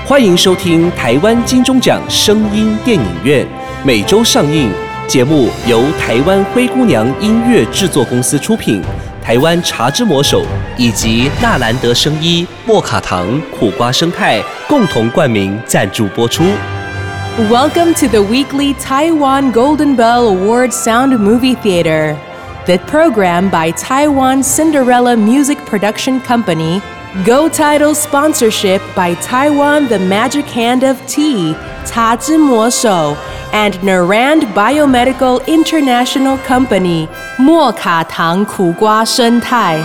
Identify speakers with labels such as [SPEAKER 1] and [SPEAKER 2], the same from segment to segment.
[SPEAKER 1] 欢迎收听台湾金钟奖声音电影院，每周上映。节目由台湾灰姑娘音乐制作公司出品，台湾茶之魔手以及纳兰德生医、莫卡糖、苦瓜生态共同冠名赞助播出。
[SPEAKER 2] Welcome to the weekly Taiwan Golden Bell Award Sound Movie Theater. The program by Taiwan Cinderella Music Production Company, Go Title sponsorship by Taiwan The Magic Hand of Tea, 茶之魔手, and Naran Biomedical International Company, 莫卡糖苦瓜生态。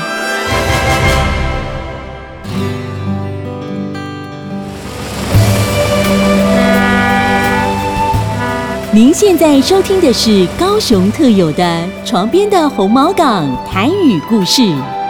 [SPEAKER 3] 您现在收听的是高雄特有的床边的红毛港台语故事。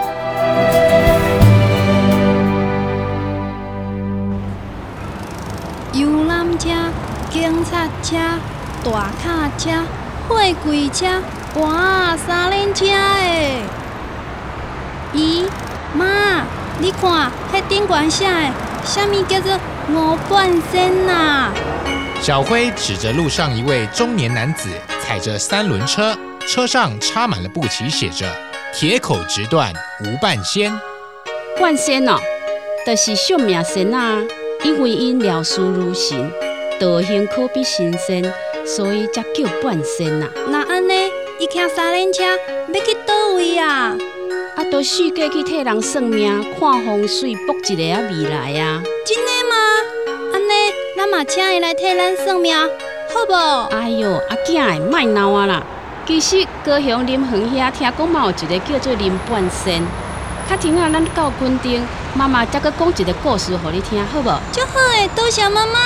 [SPEAKER 4] 游览车、警察车、大卡车、货柜车，哇，三轮车诶！咦，妈，你看，迄顶悬写的，啥物叫做五半仙呐？
[SPEAKER 5] 小辉指着路上一位中年男子踩着三轮车，车上插满了布旗，写着“铁口直断无半仙”。
[SPEAKER 6] 半仙哦，就是宿命仙啊，因为因了事如神，道行可比神仙，所以才叫半仙啊。
[SPEAKER 4] 那安尼，伊骑三轮车要去倒位啊？
[SPEAKER 6] 啊，都四界去替人算命、看风水、卜一个未来啊。
[SPEAKER 4] 真的吗？安尼，咱嘛请伊来替咱算命，好无？
[SPEAKER 6] 哎哟，阿囝的，莫闹啊啦！其实高雄林园遐听讲嘛有一个叫做林半仙。较听啊，咱到军顶，妈妈再搁讲一个故事互你听，好无？
[SPEAKER 4] 就好诶，多谢妈妈。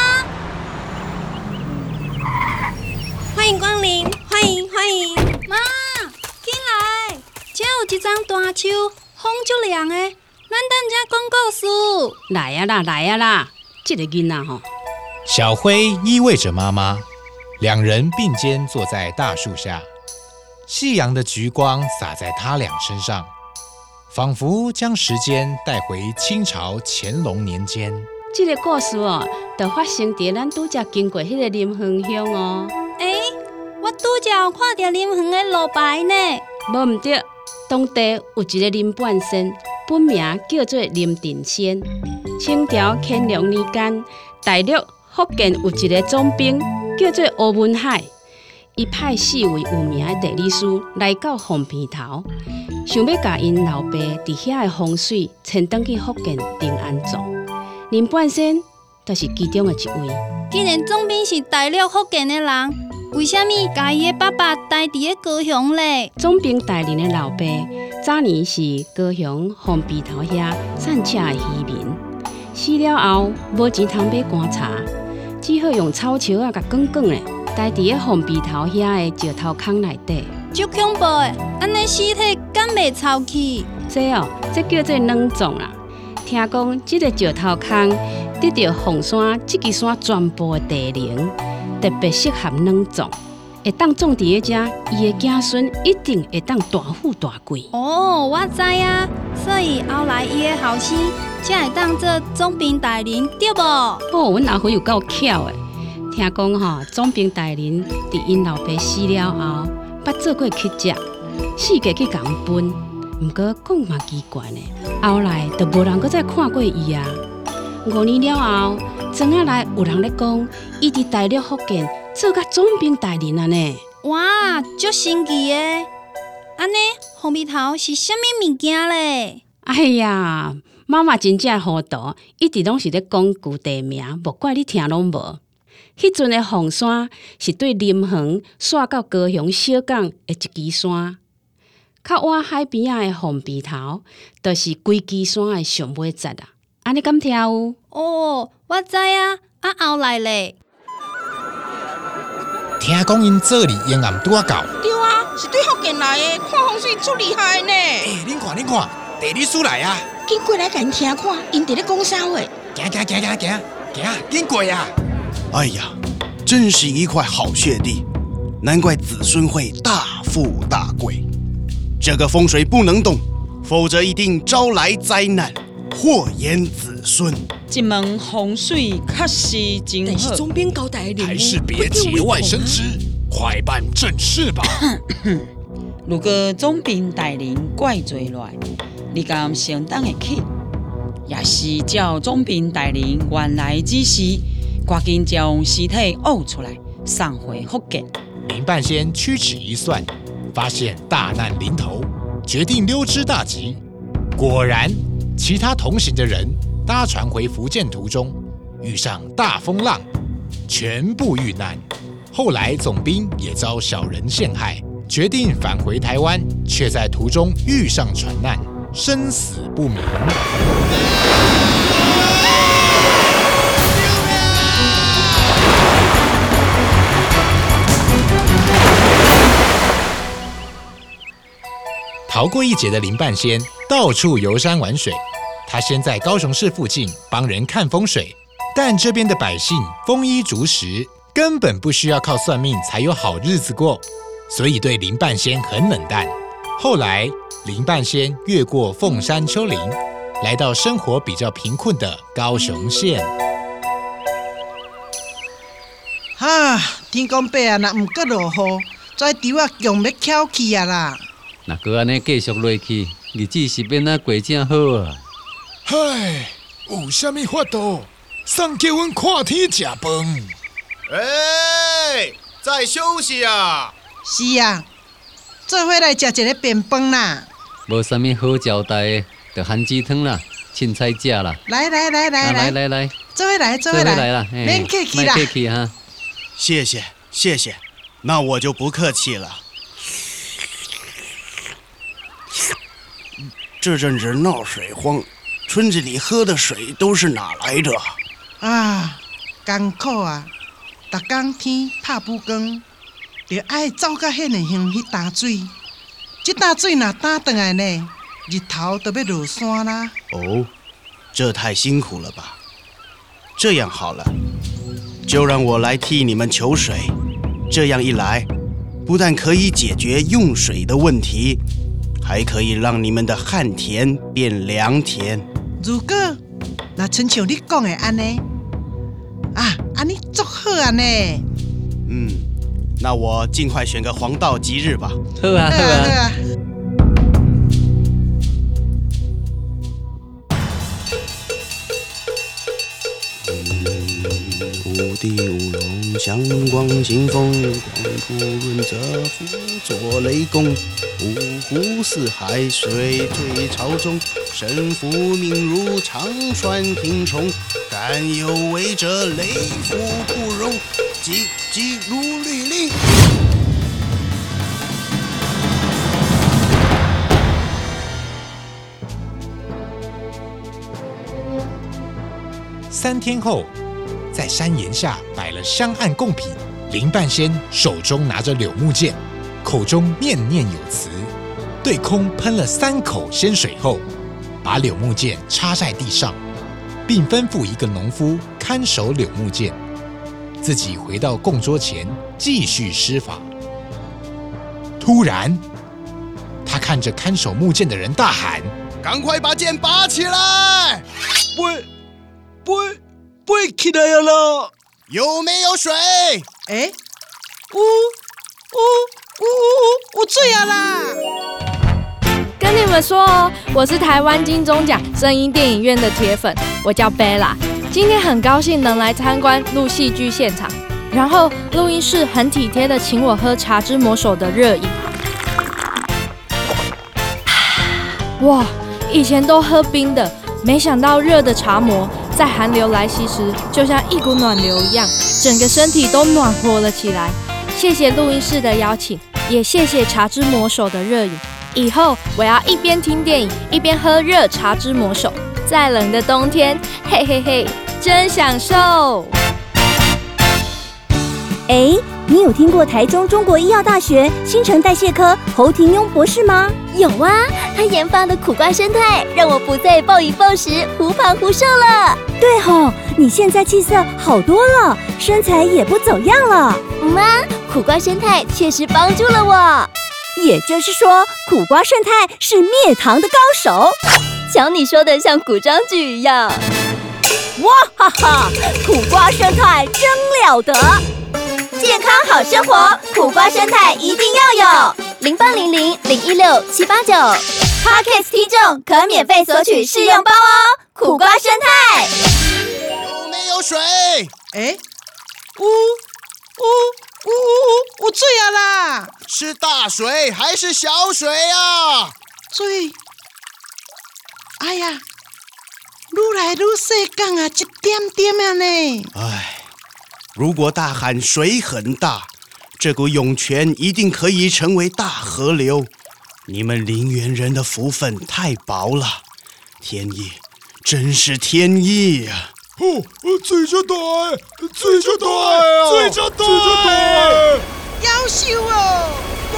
[SPEAKER 4] 欢迎光临，欢迎欢迎。妈，进来，这有一张大树，风足凉诶，咱等者讲故事。
[SPEAKER 6] 来啊啦，来啊啦！这个囡仔吼。
[SPEAKER 5] 小辉依偎着妈妈，两人并肩坐在大树下，夕阳的橘光洒在他俩身上，仿佛将时间带回清朝乾隆年间。
[SPEAKER 6] 这个故事哦，就发生在咱拄则经过迄个林园乡哦。
[SPEAKER 4] 我拄则有看到林园的路牌呢。
[SPEAKER 6] 无毋对，当地有一个林半仙，本名叫做林定仙。清朝乾隆年间，大陆福建有一个总兵叫做吴文海，伊派4位有名的地理师来到凤鼻头，想要甲因老爸伫遐的风水迁转去福建定安做。林半仙就是其中的一位。
[SPEAKER 4] 既然总兵是大陆福建的人，为虾米甲伊的爸爸待伫咧高雄咧？
[SPEAKER 6] 总兵大人的老爸早年是高雄凤鼻头遐散车的渔民，死了后无钱通买棺材，只好用草树啊甲卷卷的待伫咧凤鼻头遐的石头坑内底。
[SPEAKER 4] 足恐怖的，安尼尸体敢袂臭气？
[SPEAKER 6] 这叫做软葬啦。听讲这个石头坑得到凤山这支山全部的地灵，特别适合软葬，会当种伫咧遮，伊的子孙一定会当大富大贵。
[SPEAKER 4] 哦，我知啊，所以后来伊的后生才会当做总兵大人，对无？
[SPEAKER 6] 哦，阮阿辉有够巧的，听讲吼，总兵大人伫因老爸死了后，捌做过乞食，四界去共分。毋过讲嘛奇怪呢，后来就无人搁再看过伊啊。5年了后，庄仔内有人咧讲，伊伫大陆福建做甲总兵大人啊呢。
[SPEAKER 4] 哇，足神奇的！安尼，凤鼻头是啥物物件咧？
[SPEAKER 6] 哎呀，妈妈真正糊涂，一直拢是咧讲旧地名，无怪你听拢无。迄阵的凤山是对林园刷到高雄小港的一支山。较晏海边仔的凤鼻头，就是规支山的上尾节啊！安尼敢听有？
[SPEAKER 4] 哦，我知啊，后来咧？
[SPEAKER 5] 听讲因做哩阴暗拄啊到。
[SPEAKER 7] 对啊，是对福建来的，看风水足厉害呢。
[SPEAKER 5] 恁看，地理师来啊！
[SPEAKER 7] 紧过来甲因听看，因伫咧讲啥话？
[SPEAKER 5] 行，紧过啊！
[SPEAKER 8] 哎呀，真是一块好穴地，难怪子孙会大富大贵。这个风水不能动，否则一定招来灾难。 祸延子孙。
[SPEAKER 9] 一门风水确实真好，
[SPEAKER 7] 但是总编交代的任务
[SPEAKER 5] 还是别节外生枝，快办正事吧。
[SPEAKER 9] 如果总编带领怪罪来，你敢承担得起？也是照总编带领原来指示，赶紧将尸体挖出来，送回福建。
[SPEAKER 5] 林半仙屈指一算，发现大难临头，决定溜之大吉。果然，其他同行的人搭船回福建途中，遇上大风浪，全部遇难。后来总兵也遭小人陷害，决定返回台湾，却在途中遇上船难，生死不明。逃过一劫的林半仙到处游山玩水。他先在高雄市附近帮人看风水，但这边的百姓丰衣足食，根本不需要靠算命才有好日子过，所以对林半仙很冷淡。后来，林半仙越过凤山丘陵，来到生活比较贫困的高雄县。
[SPEAKER 10] 哈，天公伯啊，若唔过落雨，这稻啊强要翘起啊啦！
[SPEAKER 11] 若搁安尼继续落去，日子是变哪过正好啊？
[SPEAKER 5] 唉，有啥物法度？送叫阮看天食饭。
[SPEAKER 8] 在休息啊！
[SPEAKER 10] 是啊，做伙来食一个便饭啦！
[SPEAKER 11] 无啥物好交代的，就番薯汤啦，凊彩食啦。
[SPEAKER 10] 来，做伙来，
[SPEAKER 11] 啦，
[SPEAKER 10] 免客气啦，
[SPEAKER 11] 别客气哈。
[SPEAKER 8] 谢谢，那我就不客气了。这阵子闹水荒，村子里喝的水都是哪来的？
[SPEAKER 10] 啊，艰苦啊！逐工天拍不光，就爱走到遐尼远去打水。这打水若打转来呢，日头就要落山啦。
[SPEAKER 8] 哦，这太辛苦了吧？这样好了，就让我来替你们求水。这样一来，不但可以解决用水的问题，还可以让你们的旱田变良田。
[SPEAKER 10] 如果那亲像你讲的安尼，安尼足好啊呢。
[SPEAKER 8] 那我尽快选个黄道吉日吧。
[SPEAKER 11] 好啊。
[SPEAKER 8] 无地无龙，祥光行风，光谱润泽，辅佐雷公。五湖四海，水退潮中，身负命如长栓听虫。敢有违者，雷府不容，急如律令。
[SPEAKER 5] 3天后，在山岩下摆了香案贡品。林半仙手中拿着柳木剑，口中念念有词，对空喷了3口仙水后，把柳木剑插在地上，并吩咐一个农夫看守柳木剑，自己回到供桌前继续施法。突然，他看着看守木剑的人大喊：“
[SPEAKER 8] 赶快把剑拔起来！
[SPEAKER 10] 飞起来了！
[SPEAKER 8] 有没有水？
[SPEAKER 10] 有水啊啦！
[SPEAKER 12] 跟你们说哦，我是台湾金钟奖声音电影院的铁粉，我叫 Bella。今天很高兴能来参观录戏剧现场，然后录音室很体贴的请我喝茶之魔手的热饮。哇，以前都喝冰的，没想到热的茶魔在寒流来袭时，就像一股暖流一样，整个身体都暖和了起来。谢谢录音室的邀请，也谢谢茶之魔手的热饮。以后我要一边听电影，一边喝热茶之魔手，再冷的冬天，嘿嘿嘿，真享受！
[SPEAKER 3] 你有听过台中中国医药大学新陈代谢科侯廷庸博士吗？
[SPEAKER 13] 有啊，他研发的苦瓜生态让我不再暴饮暴食、忽胖忽瘦了。
[SPEAKER 3] 对吼，你现在气色好多了，身材也不走样了。
[SPEAKER 13] 苦瓜生态确实帮助了我。
[SPEAKER 3] 也就是说，苦瓜生态是灭糖的高手。
[SPEAKER 13] 瞧你说的像古装剧一样。哇哈哈，苦瓜生态真了得！健康好生活，苦瓜生态一定要有。0800-016-789 Podcast 听众可免费索取试用包哦。苦瓜生态
[SPEAKER 8] 有没有水？
[SPEAKER 10] 哎，有水啊啦！
[SPEAKER 8] 是大水还是小水啊？
[SPEAKER 10] 水，哎呀，愈来愈细港啊，一点点啊呢。
[SPEAKER 8] 唉，如果大喊水很大，这股涌泉一定可以成为大河流。你们林园人的福分太薄了，天意真是天意啊！
[SPEAKER 5] 水就大，水就大啊！水就大！
[SPEAKER 10] 夭寿哦！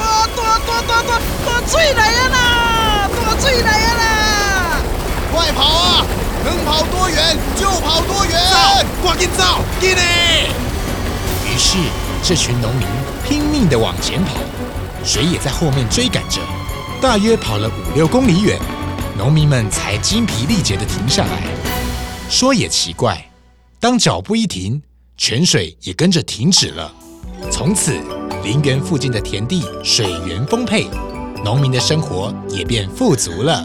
[SPEAKER 10] 大水来啊啦！大水来啊啦！
[SPEAKER 8] 快跑啊！能跑多远就跑多远！
[SPEAKER 5] 快紧走，紧嘞！于是，这群农民拼命地往前跑，水也在后面追赶着。大约跑了5-6公里远，农民们才精疲力竭地停下来。说也奇怪，当脚步一停，泉水也跟着停止了。从此，林园附近的田地水源丰沛，农民的生活也变富足了。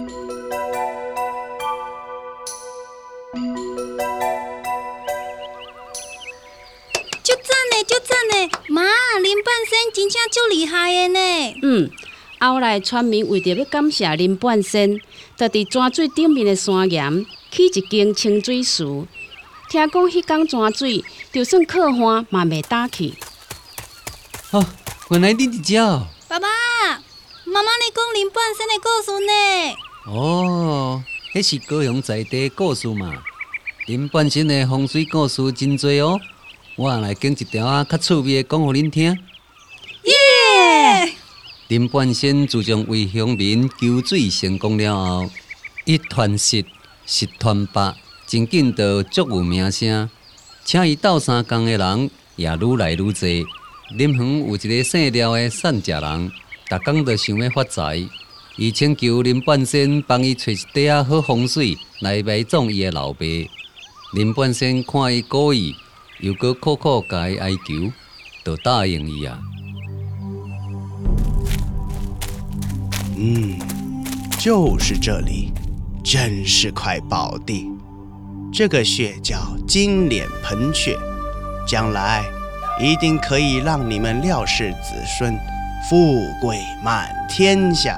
[SPEAKER 4] 就赞呢！妈，林半仙真正足厉害的呢。
[SPEAKER 6] 后来村民为着要感谢林半仙，就伫泉水顶面的山岩起一间清水池。听讲迄天泉水，就算可汗嘛袂打去。
[SPEAKER 11] 原来你伫遮哦！
[SPEAKER 4] 爸爸，妈妈咧讲林半仙的故事呢。
[SPEAKER 11] 哦，迄是高雄在地的故事嘛。林半仙的风水故事真多哦，我来拣一条较趣味的讲互恁听。
[SPEAKER 4] 耶！
[SPEAKER 11] 林半仙自从为乡民求水成功了后，伊传实传百，真紧就足有名声，请伊斗相共的人也愈来愈多。林园有一个姓廖的善食人，逐工就想要发财，伊请求林半仙帮伊找一块仔好风水来埋葬伊的老爸。林半仙看伊故意，又搁苦苦甲伊哀求，就答应伊啊。
[SPEAKER 8] 就是这里，真是块宝地。这个穴叫金脸盆穴，将来一定可以让你们廖氏子孙富贵满天下。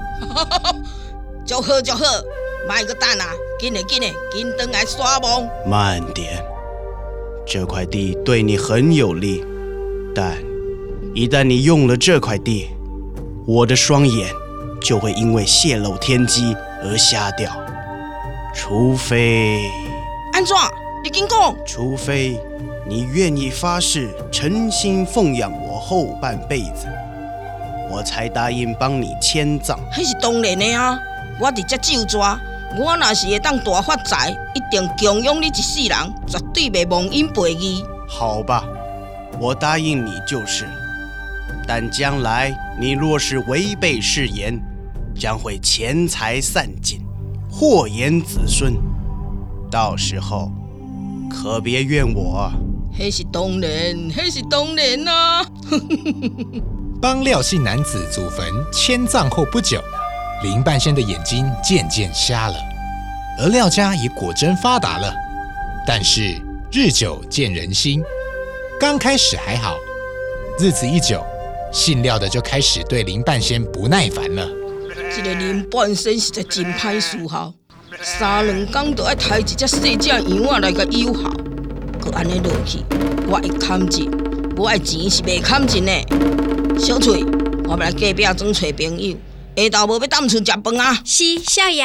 [SPEAKER 7] 祝贺祝贺，卖个蛋啊！紧的紧回来刷梦。
[SPEAKER 8] 慢点，这块地对你很有利，但一旦你用了这块地，我的双眼就会因为泄露天机而瞎掉，除非……
[SPEAKER 7] 安怎？你紧讲。
[SPEAKER 8] 除非你愿意发誓诚心奉养我后半辈子，我才答应帮你迁葬。
[SPEAKER 7] 迄是当然的啊！我伫遮咒抓，我若是会当大发财，一定供养你一世人，绝对袂忘恩背义。
[SPEAKER 8] 好吧，我答应你就是了。但将来你若是违背誓言，将会钱财散尽，祸延子孙。到时候可别怨我。
[SPEAKER 7] 迄是当然啊！
[SPEAKER 5] 帮廖姓男子祖坟迁葬后不久，林半仙的眼睛渐渐瞎了，而廖家也果真发达了。但是日久见人心，刚开始还好，日子一久，姓廖的就开始对林半仙不耐烦了。
[SPEAKER 7] 这个林半仙实在真歹伺候，3-2天就要抬一只细只羊仔来甲友好，佮安尼落去，我会砍尽，我的钱是袂砍尽的。小翠，我要来隔壁庄找朋友，下昼无要踮厝食饭啊。
[SPEAKER 4] 是，少爷。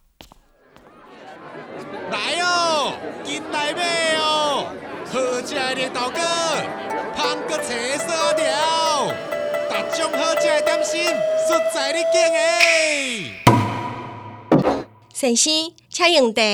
[SPEAKER 5] 来哦，进来买哦，好食的绿豆糕，香葛青沙条，各种好食的点心，实在你拣的。
[SPEAKER 14] 先生，请用茶。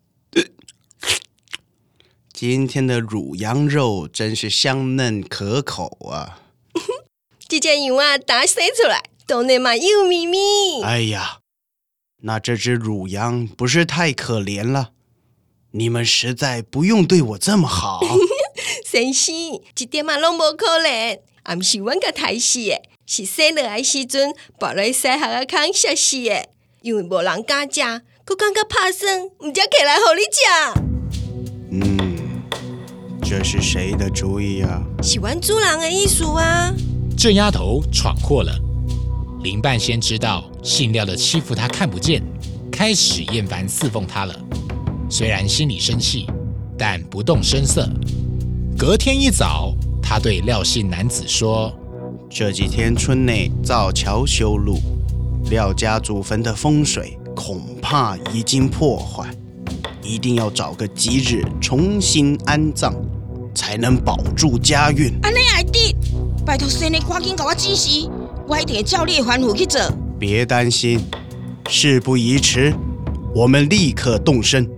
[SPEAKER 8] 今天的乳羊肉真是香嫩可口啊！
[SPEAKER 14] 这只羊啊，打生出来，当然嘛幼咪咪。
[SPEAKER 8] 哎呀， 那这只乳羊不是太可怜了？你们实在不用对我这么好。
[SPEAKER 14] 先生，一点嘛拢无可怜，也毋是阮甲刣死的，是生落来时阵抱来西学仔坑摔死的，因为无人敢食，佮感觉拍酸，毋才起来互你食。
[SPEAKER 8] 这是谁的主意啊？
[SPEAKER 14] 是阮主人的意思啊。
[SPEAKER 5] 这丫头闯祸了。林半仙知道姓廖的欺负他看不见，开始厌烦侍奉他了。虽然心里生气，但不动声色。隔天一早，他对廖姓男子说：“
[SPEAKER 8] 这几天村内造桥修路，廖家祖坟的风水恐怕已经破坏，一定要找个吉日重新安葬，才能保住家运。”
[SPEAKER 7] 安尼会得，拜托先生赶紧给我指示，我一定会照你的吩咐去做。
[SPEAKER 8] 别担心，事不宜迟，我们立刻动身。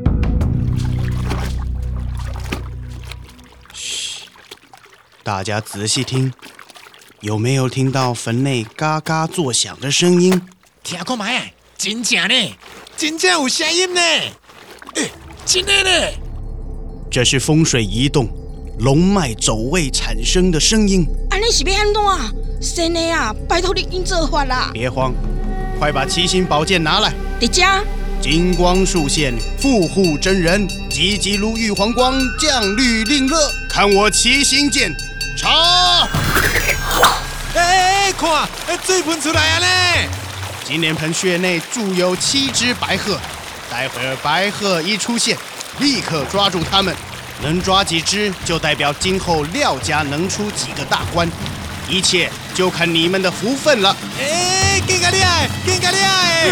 [SPEAKER 8] 嘘，大家仔细听，有没有听到坟内嘎嘎作响的声音？
[SPEAKER 5] 听看卖啊，真正呢，真正有声音呢，真的呢。
[SPEAKER 8] 这是风水移动、龙脉走位产生的声音。
[SPEAKER 7] 安尼是要安怎啊？先生啊，拜托你紧做法啦！
[SPEAKER 8] 别慌，快把七星宝剑拿来。
[SPEAKER 7] 伫遮。
[SPEAKER 8] 金光束现，富户真人，急急如玉皇光，降绿令热。看我七星剑，查！
[SPEAKER 5] 看，水喷出来啊呢！
[SPEAKER 8] 金莲盆穴内住有7只白鹤，待会儿白鹤一出现，立刻抓住它们。能抓几只，就代表今后廖家能出几个大官。一切就看你们的福分了。
[SPEAKER 5] 更加厉害，更加厉害！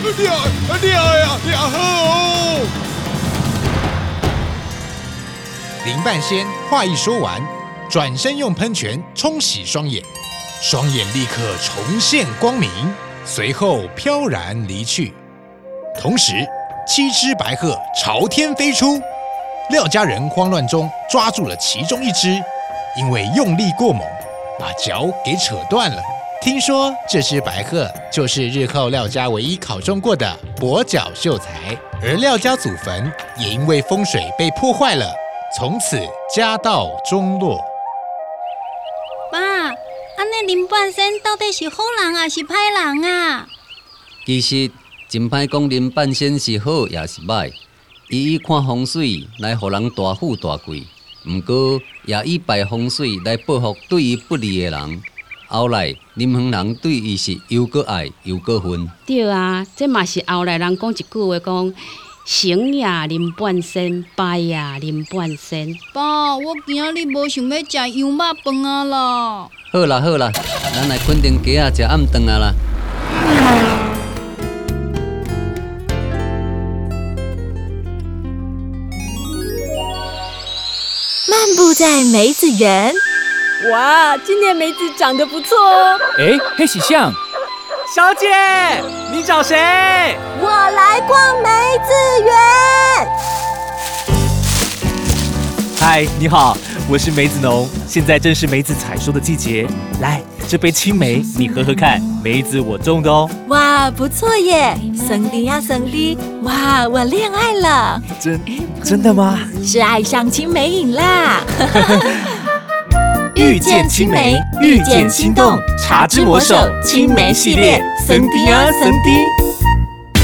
[SPEAKER 5] 廖好哦！林半仙话一说完，转身用喷泉冲洗双眼，双眼立刻重现光明，随后飘然离去。同时，7只白鹤朝天飞出，廖家人慌乱中抓住了其中一只，因为用力过猛，把脚给扯断了。听说这只白鹤就是日后廖家唯一考中过的跛脚秀才，而廖家祖坟也因为风水被破坏了，从此家道中落。
[SPEAKER 4] 爸，安尼林半仙到底是好人还是歹人啊？
[SPEAKER 11] 其实真歹讲林半仙是好也是歹，伊以看风水来互人大富大贵，毋过也以拜风水来报复对伊不利的人。后来林园人对伊是又搁爱又搁恨。
[SPEAKER 6] 对啊，这嘛是后来人讲一句话讲：成也林半仙，败也林半仙。
[SPEAKER 4] 爸，我今日无想要食羊肉饭啊啦。
[SPEAKER 11] 好啦好啦，咱来垦丁街仔食暗顿啊啦。
[SPEAKER 13] 漫步在梅子园。哇，今年梅子长得不错哦。
[SPEAKER 15] 黑喜巷，小姐，你找谁？
[SPEAKER 13] 我来逛梅子园。
[SPEAKER 15] 嗨，你好，我是梅子农，现在正是梅子采收的季节。来，这杯青梅你喝喝看，梅子我种的哦。
[SPEAKER 13] 哇，不错耶，生的呀生的，哇，我恋爱了。
[SPEAKER 15] 真的吗？
[SPEAKER 13] 是爱上青梅饮啦。
[SPEAKER 15] 遇见青梅，遇见心动，茶之魔手青梅系列，森迪啊森迪。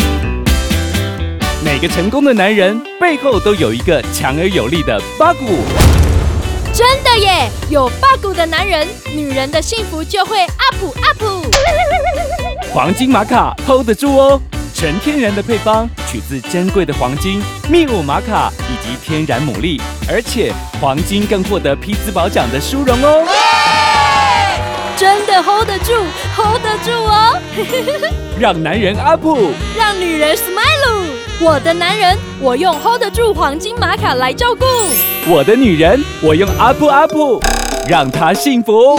[SPEAKER 15] 每个成功的男人背后都有一个强而有力的八股。
[SPEAKER 12] 真的耶，有八股的男人，女人的幸福就会 up。
[SPEAKER 15] 黄金玛卡 hold 得住哦，纯天然的配方，取自珍贵的黄金、秘鲁玛卡以及天然牡蛎，而且黄金更获得匹兹堡奖的殊荣哦。
[SPEAKER 12] 真的 hold 得住 ，hold 得住哦。
[SPEAKER 15] 让男人 up，
[SPEAKER 12] 让女人 smile。我的男人，我用 hold 得住黄金玛卡来照顾；
[SPEAKER 15] 我的女人，我用 up， 让她幸福。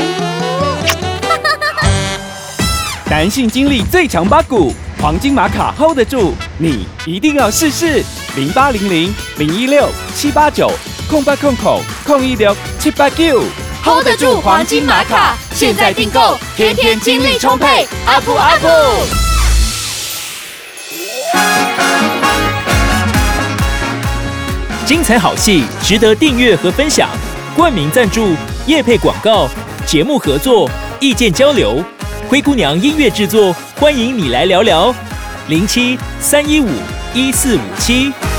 [SPEAKER 15] 男性精力最强八股，黄金玛卡 hold 得住，你一定要试试。0800-016-789，0800-016-789
[SPEAKER 12] hold 得住黄金玛卡，现在订购，天天精力充沛 ，up。
[SPEAKER 16] 精彩好戏值得订阅和分享，冠名赞助、业配广告、节目合作、意见交流，灰姑娘音乐制作，欢迎你来聊聊。07-315-1457